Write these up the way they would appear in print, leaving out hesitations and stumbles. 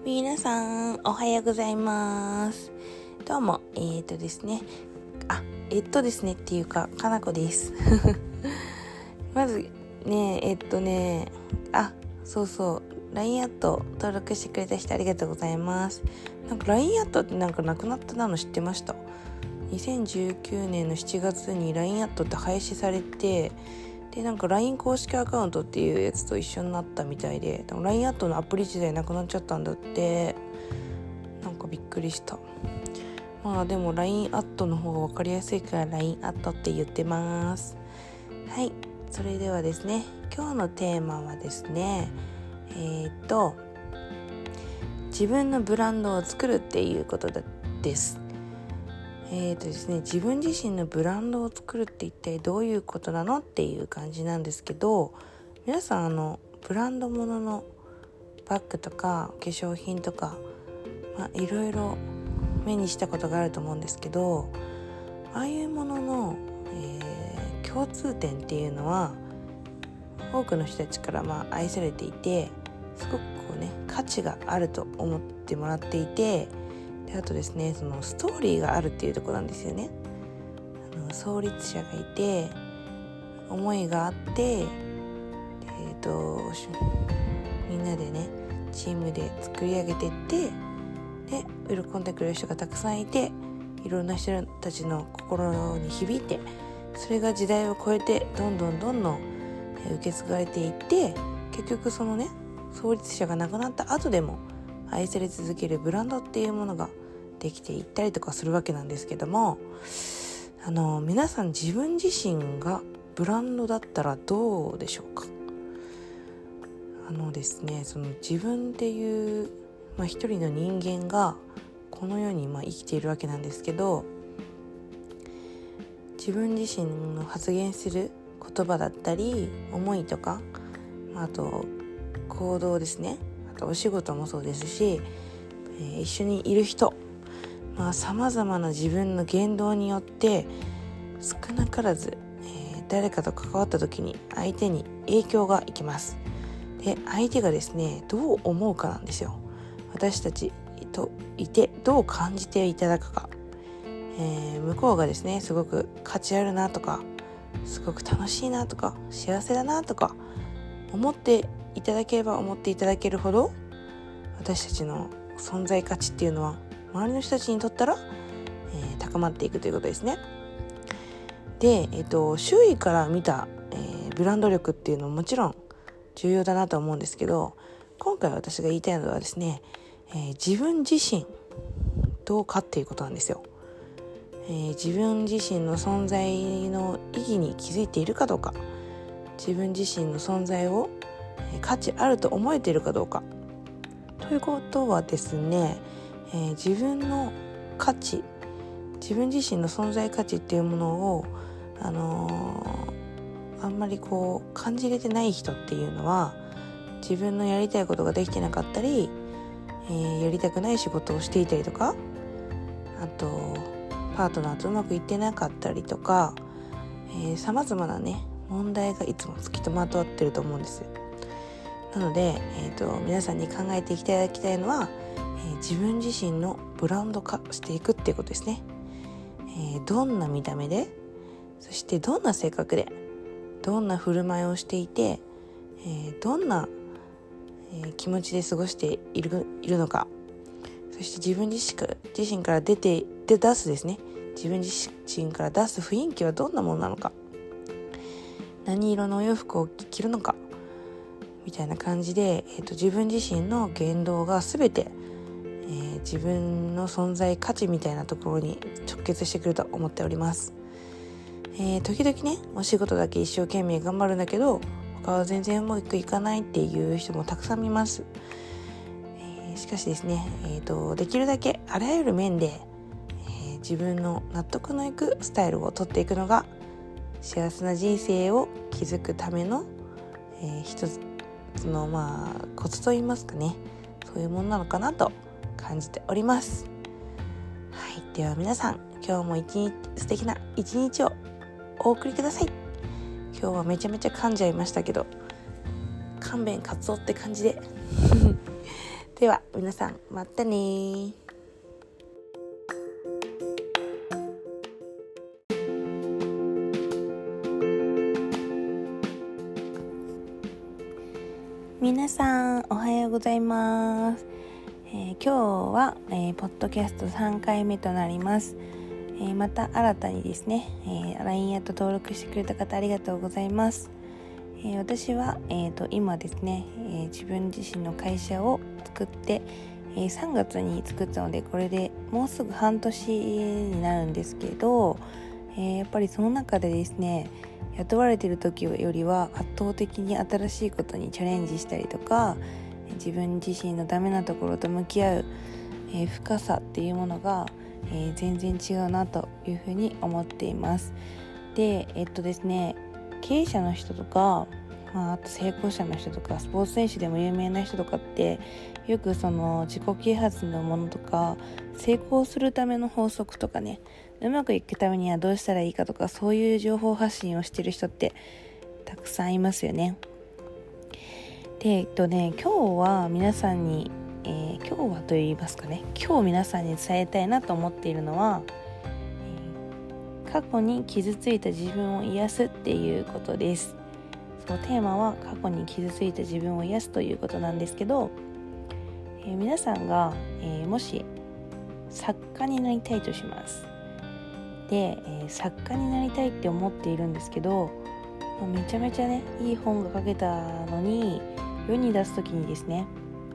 皆さんおはようございます。どうもですねっていうかかなこですまずねそう LINE アット登録してくれた人ありがとうございます。なんか LINE アットってなんかなくなったの知ってました？2019年の7月に LINE アットって廃止されて、でなんか LINE 公式アカウントっていうやつと一緒になったみたいで、LINE アットのアプリ自体なくなっちゃったんだって。なんかびっくりした。まあでも LINE アットの方が分かりやすいから LINE アットって言ってます。はい、それではですね、今日のテーマはですね自分のブランドを作るっていうことです。ですね、自分自身のブランドを作るって一体どういうことなのっていう感じなんですけど、皆さんブランドもののバッグとか化粧品とか、いろいろ目にしたことがあると思うんですけど、ああいうものの、共通点っていうのは多くの人たちから愛されていて、すごく価値があると思ってもらっていて、であとですね、そのストーリーがあるっていうところなんですよね。創立者がいて、思いがあって、みんなでねチームで作り上げていって、で喜んでくれる人がたくさんいて、いろんな人たちの心に響いて、それが時代を超えてどんどん受け継がれていって、結局そのね創立者が亡くなった後でも愛され続けるブランドっていうものができていったりとかするわけなんですけども、皆さん自分自身がブランドだったらどうでしょうか？ですね、その自分っていう、一人の人間がこの世に生きているわけなんですけど、自分自身の発言する言葉だったり思いとか、あと行動ですね、あとお仕事もそうですし、一緒にいる人、様々な自分の言動によって少なからず、誰かと関わった時に相手に影響がいきます。で相手がですねどう思うかなんですよ。私たちといてどう感じていただくか、向こうがですねすごく価値あるなとか、すごく楽しいなとか、幸せだなとか思っていただければ思っていただけるほど、私たちの存在価値っていうのは周りの人たちにとったら、高まっていくということですね。で、周囲から見た、ブランド力っていうのももちろん重要だなと思うんですけど、今回私が言いたいのはですね、自分自身どうかっていうことなんですよ。自分自身の存在の意義に気づいているかどうか、自分自身の存在を価値あると思えているかどうかということはですね、自分の価値、自分自身の存在価値っていうものをあんまり感じれてない人っていうのは、自分のやりたいことができてなかったり、やりたくない仕事をしていたりとか、あとパートナーとうまくいってなかったりとか、様々なね問題がいつも付きまとってると思うんです。なので、皆さんに考えていただきたいのは、自分自身のブランド化していくっていうことですね。どんな見た目で、そしてどんな性格で、どんな振る舞いをしていて、どんな、気持ちで過ごしているのか、そして自分自身から出すですね、自分自身から出す雰囲気はどんなものなのか、何色のお洋服を着るのかみたいな感じで、自分自身の言動が全て、自分の存在価値みたいなところに直結してくると思っております。時々ねお仕事だけ一生懸命頑張るんだけど他は全然うまくいかないっていう人もたくさん見ます。しかしですね、できるだけあらゆる面で、自分の納得のいくスタイルを取っていくのが幸せな人生を築くための、一つのコツといいますかね、そういうものなのかなと感じております。はい、では皆さん今日も素敵な一日をお送りください。今日はめちゃめちゃ噛んじゃいましたけど、勘弁カツオって感じででは皆さんまたね。皆さんおはようございます。今日は、ポッドキャスト3回目となります。また新たにですね、LINE アット登録してくれた方ありがとうございます。私は、今ですね、自分自身の会社を作って、3月に作ったのでこれでもうすぐ半年になるんですけど、やっぱりその中でですね、雇われている時よりは圧倒的に新しいことにチャレンジしたりとか、自分自身のダメなところと向き合う、深さっていうものが、全然違うなというふうに思っています。で、ですね、経営者の人とか、あと成功者の人とかスポーツ選手でも有名な人とかってよくその自己啓発のものとか成功するための法則とかね、うまくいくためにはどうしたらいいかとか、そういう情報発信をしてる人ってたくさんいますよね。で、今日は皆さんに、今日はと言いますかね、今日皆さんに伝えたいなと思っているのは、過去に傷ついた自分を癒すっていうことです。そのテーマは過去に傷ついた自分を癒すということなんですけど、皆さんが、もし作家になりたいとします。で、作家になりたいって思っているんですけど、めちゃめちゃねいい本が書けたのに世に出すときにですね、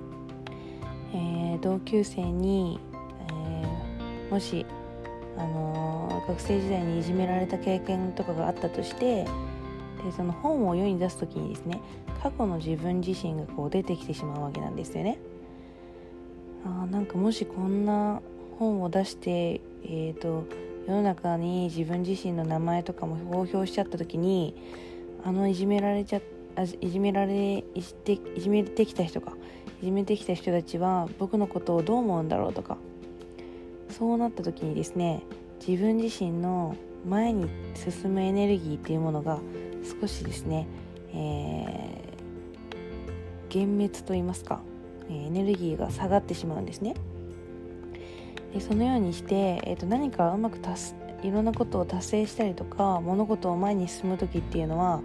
同級生に、もし学生時代にいじめられた経験とかがあったとして、でその本を世に出すときにですね、過去の自分自身がこう出てきてしまうわけなんですよね。なんかもしこんな本を出して、世の中に自分自身の名前とかも公表しちゃったときに、いじめてきた人たちは僕のことをどう思うんだろうとか、そうなった時にですね、自分自身の前に進むエネルギーっていうものが少しですね、幻滅といいますか、エネルギーが下がってしまうんですね。でそのようにして、何かうまくいろんなことを達成したりとか物事を前に進む時っていうのは、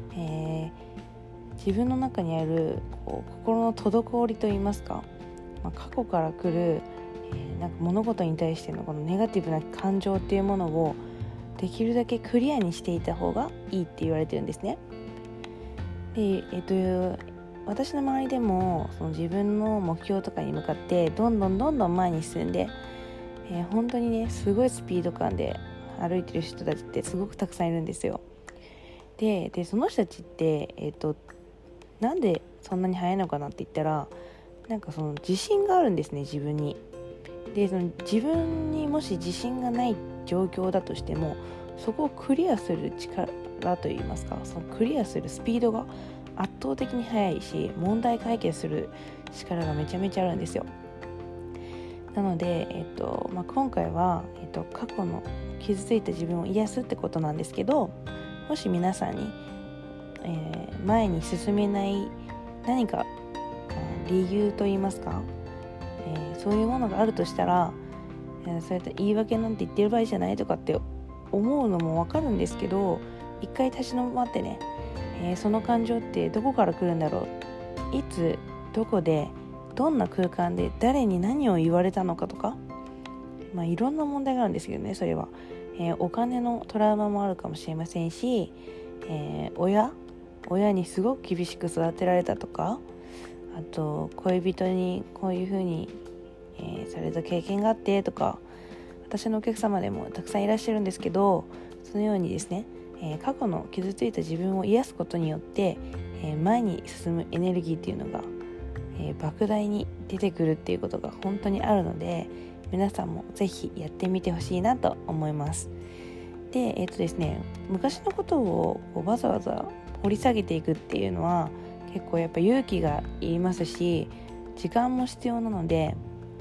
自分の中にある心の滞りといいますか、過去から来る、なんか物事に対してのこのネガティブな感情っていうものをできるだけクリアにしていた方がいいって言われてるんですね。で、私の周りでもその自分の目標とかに向かってどんどん前に進んで、本当にねすごいスピード感で歩いてる人たちってすごくたくさんいるんですよ。でその人たちって、なんでそんなに速いのかなって言ったら、なんかその自信があるんですね、自分に。でその自分にもし自信がない状況だとしても、そこをクリアする力といいますか、そのクリアするスピードが圧倒的に速いし、問題解決する力がめちゃめちゃあるんですよ。なので、今回は、過去の傷ついた自分を癒すってことなんですけど、もし皆さんに、前に進めない何か理由といいますか、そういうものがあるとしたら、そうやって言い訳なんて言ってる場合じゃないとかって思うのもわかるんですけど、一回立ち止まってね、その感情ってどこから来るんだろう、いつどこでどんな空間で誰に何を言われたのかとか、いろんな問題があるんですけどね、それは、お金のトラウマもあるかもしれませんし、親にすごく厳しく育てられたとか、あと恋人にこういう風に、された経験があってとか、私のお客様でもたくさんいらっしゃるんですけど、そのようにですね、過去の傷ついた自分を癒すことによって、前に進むエネルギーっていうのが、莫大に出てくるっていうことが本当にあるので、皆さんもぜひやってみてほしいなと思います。で、ですね、昔のことをわざわざ掘り下げていくっていうのは結構やっぱ勇気がいりますし、時間も必要なので、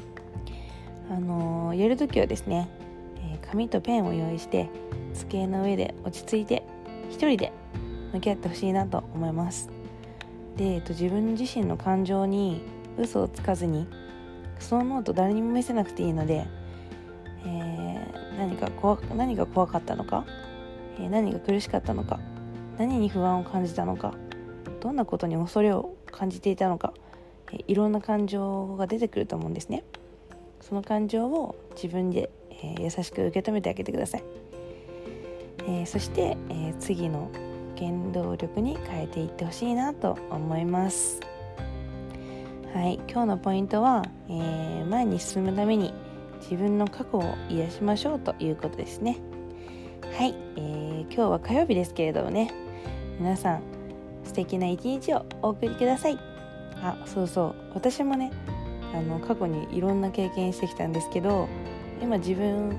やるときはですね、紙とペンを用意して机の上で落ち着いて一人で向き合ってほしいなと思います。で、自分自身の感情に嘘をつかずに、そのノート誰にも見せなくていいので、何が怖かったのか、何が苦しかったのか、何に不安を感じたのか、どんなことに恐れを感じていたのか、いろんな感情が出てくると思うんですね。その感情を自分で、優しく受け止めてあげてください。そして、次の原動力に変えていってほしいなと思います。はい、今日のポイントは、前に進むために自分の過去を癒しましょうということですね。はい、今日は火曜日ですけれどもね、皆さん素敵な一日をお送りください。そうそう、私もね過去にいろんな経験してきたんですけど、今私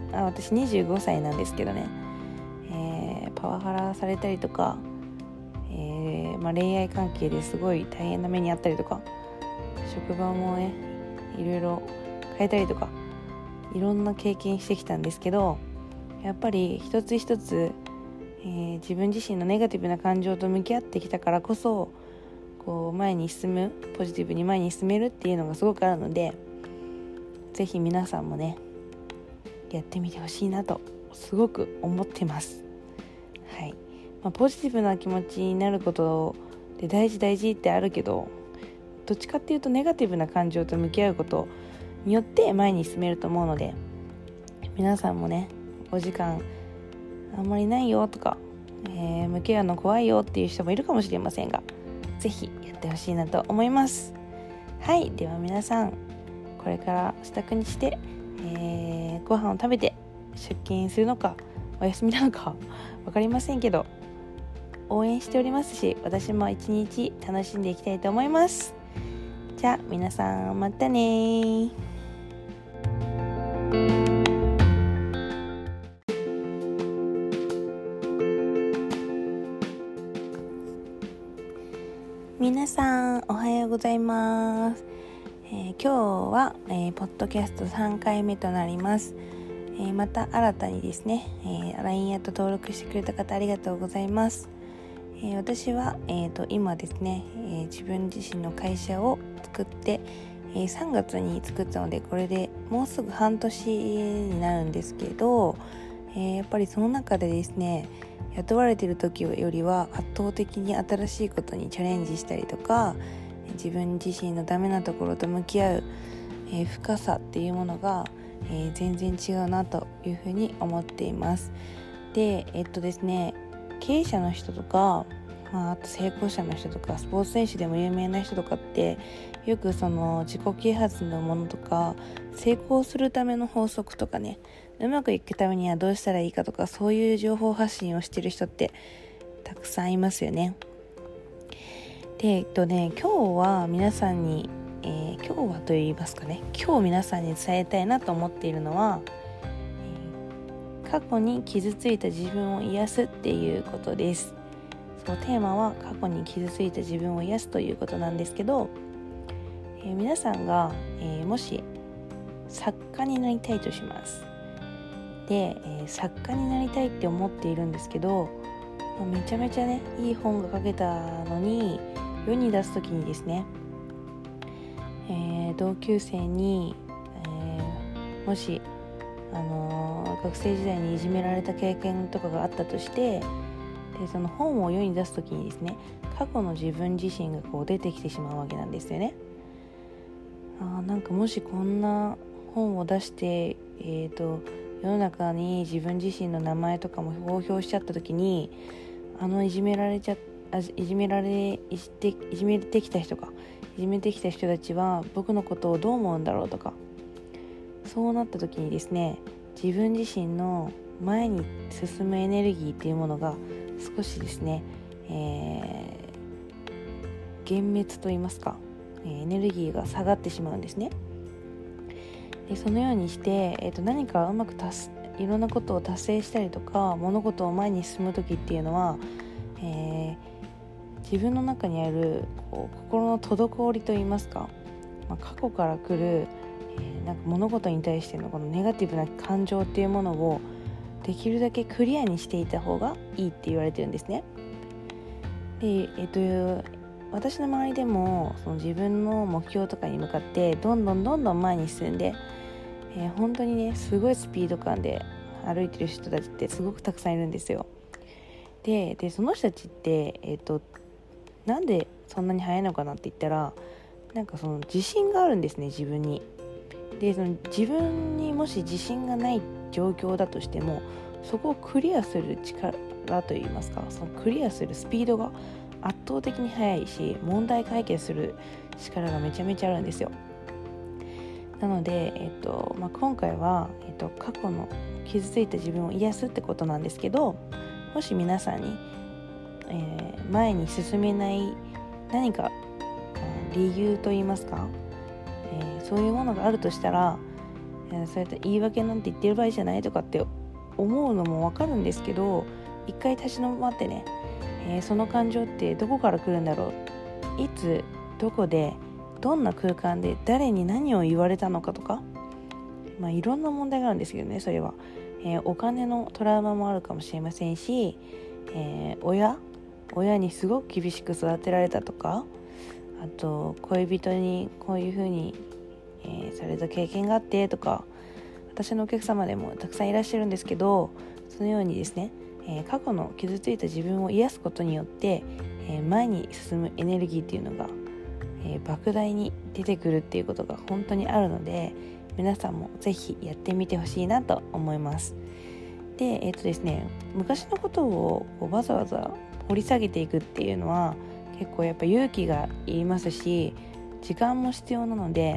25歳なんですけどね、パワハラされたりとか、恋愛関係ですごい大変な目にあったりとか、職場もねいろいろ変えたりとか、いろんな経験してきたんですけど、やっぱり一つ一つ、自分自身のネガティブな感情と向き合ってきたからこそ、前に進む、ポジティブに前に進めるっていうのがすごくあるので、ぜひ皆さんもねやってみてほしいなとすごく思ってます。はい、ポジティブな気持ちになることで大事ってあるけど、どっちかっていうとネガティブな感情と向き合うことによって前に進めると思うので、皆さんもねお時間あんまりないよとか、向き合うの怖いよっていう人もいるかもしれませんが、ぜひやってほしいなと思います。はい、では皆さんこれから支度にして、ご飯を食べて出勤するのかお休みなのか分かりませんけど、応援しておりますし、私も一日楽しんでいきたいと思います。じゃあ皆さんまたね。皆さんおはようございます。今日は、ポッドキャスト3回目となります。また新たにですね、LINE アット登録してくれた方ありがとうございます。私は、今ですね、自分自身の会社を作って、3月に作ったので、これでもうすぐ半年になるんですけど、やっぱりその中でですね、雇われている時よりは圧倒的に新しいことにチャレンジしたりとか、自分自身のダメなところと向き合う、深さっていうものが、全然違うなというふうに思っています。で、ですね、経営者の人とか、あと成功者の人とかスポーツ選手でも有名な人とかってよくその自己啓発のものとか、成功するための法則とかね、うまくいくためにはどうしたらいいかとか、そういう情報発信をしている人ってたくさんいますよね。で、今日は皆さんに、今日皆さんに伝えたいなと思っているのは、過去に傷ついた自分を癒すっていうことです。そう、テーマは過去に傷ついた自分を癒すということなんですけど、皆さんが、もし作家になりたいとします。で、作家になりたいって思っているんですけど、めちゃめちゃねいい本が書けたのに世に出す時にですね、同級生に、もし、学生時代にいじめられた経験とかがあったとして、でその本を世に出す時にですね、過去の自分自身が出てきてしまうわけなんですよね。なんかもしこんな本を出して、世の中に自分自身の名前とかも公表しちゃった時に、いじめてきた人たちは僕のことをどう思うんだろうとか、そうなった時にですね、自分自身の前に進むエネルギーっていうものが少しですね、幻滅と言いますか、エネルギーが下がってしまうんですね。でそのようにして、何かうまくいろんなことを達成したりとか、物事を前に進む時っていうのは、自分の中にある心の滞りと言いますか、過去から来る、なんか物事に対してのこのネガティブな感情っていうものをできるだけクリアにしていた方がいいって言われてるんですね。で、 私の周りでもその自分の目標とかに向かってどんどん前に進んで、本当にねすごいスピード感で歩いてる人たちってすごくたくさんいるんですよ。でその人たちって、なんでそんなに速いのかなって言ったら、なんかその自信があるんですね、自分に。でその自分にもし自信がない状況だとしても、そこをクリアする力といいますか、そのクリアするスピードが圧倒的に速いし、問題解決する力がめちゃめちゃあるんですよ。なので、今回は、過去の傷ついた自分を癒すってことなんですけど、もし皆さんに、前に進めない何か理由といいますか、そういうものがあるとしたら、そうやって言い訳なんて言ってる場合じゃないとかって思うのもわかるんですけど、一回立ち止まってね、その感情ってどこから来るんだろう、いつどこでどんな空間で誰に何を言われたのかとか、いろんな問題があるんですけどね、それは、お金のトラウマもあるかもしれませんし、親にすごく厳しく育てられたとか、あと恋人にこういう風に、された経験があってとか、私のお客様でもたくさんいらっしゃるんですけど、そのようにですね、過去の傷ついた自分を癒すことによって、前に進むエネルギーっていうのが、莫大に出てくるっていうことが本当にあるので、皆さんもぜひやってみてほしいなと思います。で、ですね、昔のことをわざわざ掘り下げていくっていうのは結構やっぱ勇気がいりますし、時間も必要なので、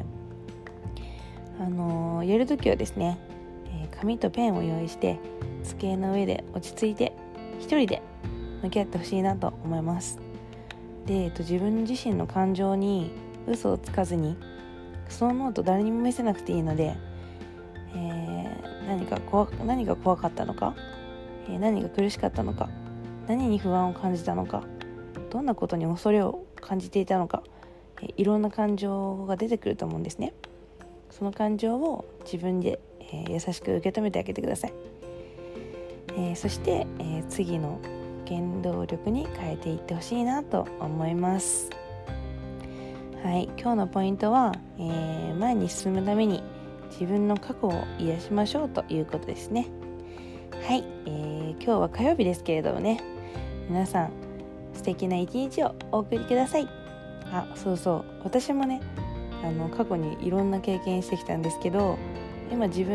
やるときはですね、紙とペンを用意して机の上で落ち着いて一人で向き合ってほしいなと思います。で、自分自身の感情に嘘をつかずに、そのノート誰にも見せなくていいので、何が怖かったのか、何が苦しかったのか、何に不安を感じたのか、どんなことに恐れを感じていたのか、いろんな感情が出てくると思うんですね。その感情を自分で、優しく受け止めてあげてください。そして、次の原動力に変えていってほしいなと思います。はい、今日のポイントは、前に進むために自分の過去を癒しましょうということですね。はい、今日は火曜日ですけれどもね、皆さん素敵な一日をお送りください。そうそう、私もね、過去にいろんな経験してきたんですけど、今私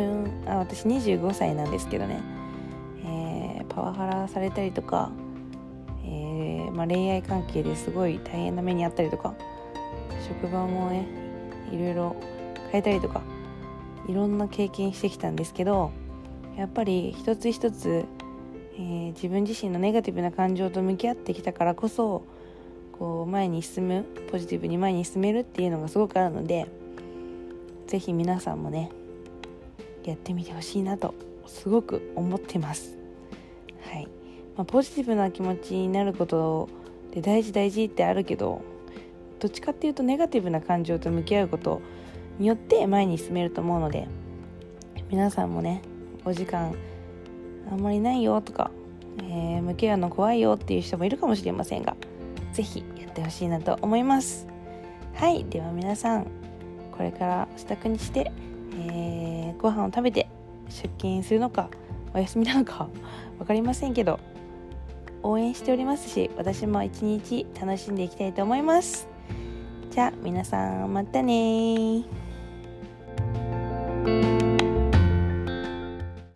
25歳なんですけどね、パワハラされたりとか、恋愛関係ですごい大変な目にあったりとか、職場もねいろいろ変えたりとか、いろんな経験してきたんですけど、やっぱり一つ一つ、自分自身のネガティブな感情と向き合ってきたからこそ、こうポジティブに前に進めるっていうのがすごくあるので、ぜひ皆さんもねやってみてほしいなとすごく思ってます。はい、ポジティブな気持ちになることで大事ってあるけど、どっちかっていうとネガティブな感情と向き合うことによって前に進めると思うので、皆さんもね、お時間あんまりないよとか、向き合うの怖いよっていう人もいるかもしれませんが、ぜひやってほしいなと思います。はい、では皆さん、これから支度にして、ご飯を食べて出勤するのかお休みなのか分かりませんけど、応援しておりますし、私も一日楽しんでいきたいと思います。じゃあ皆さん、またね。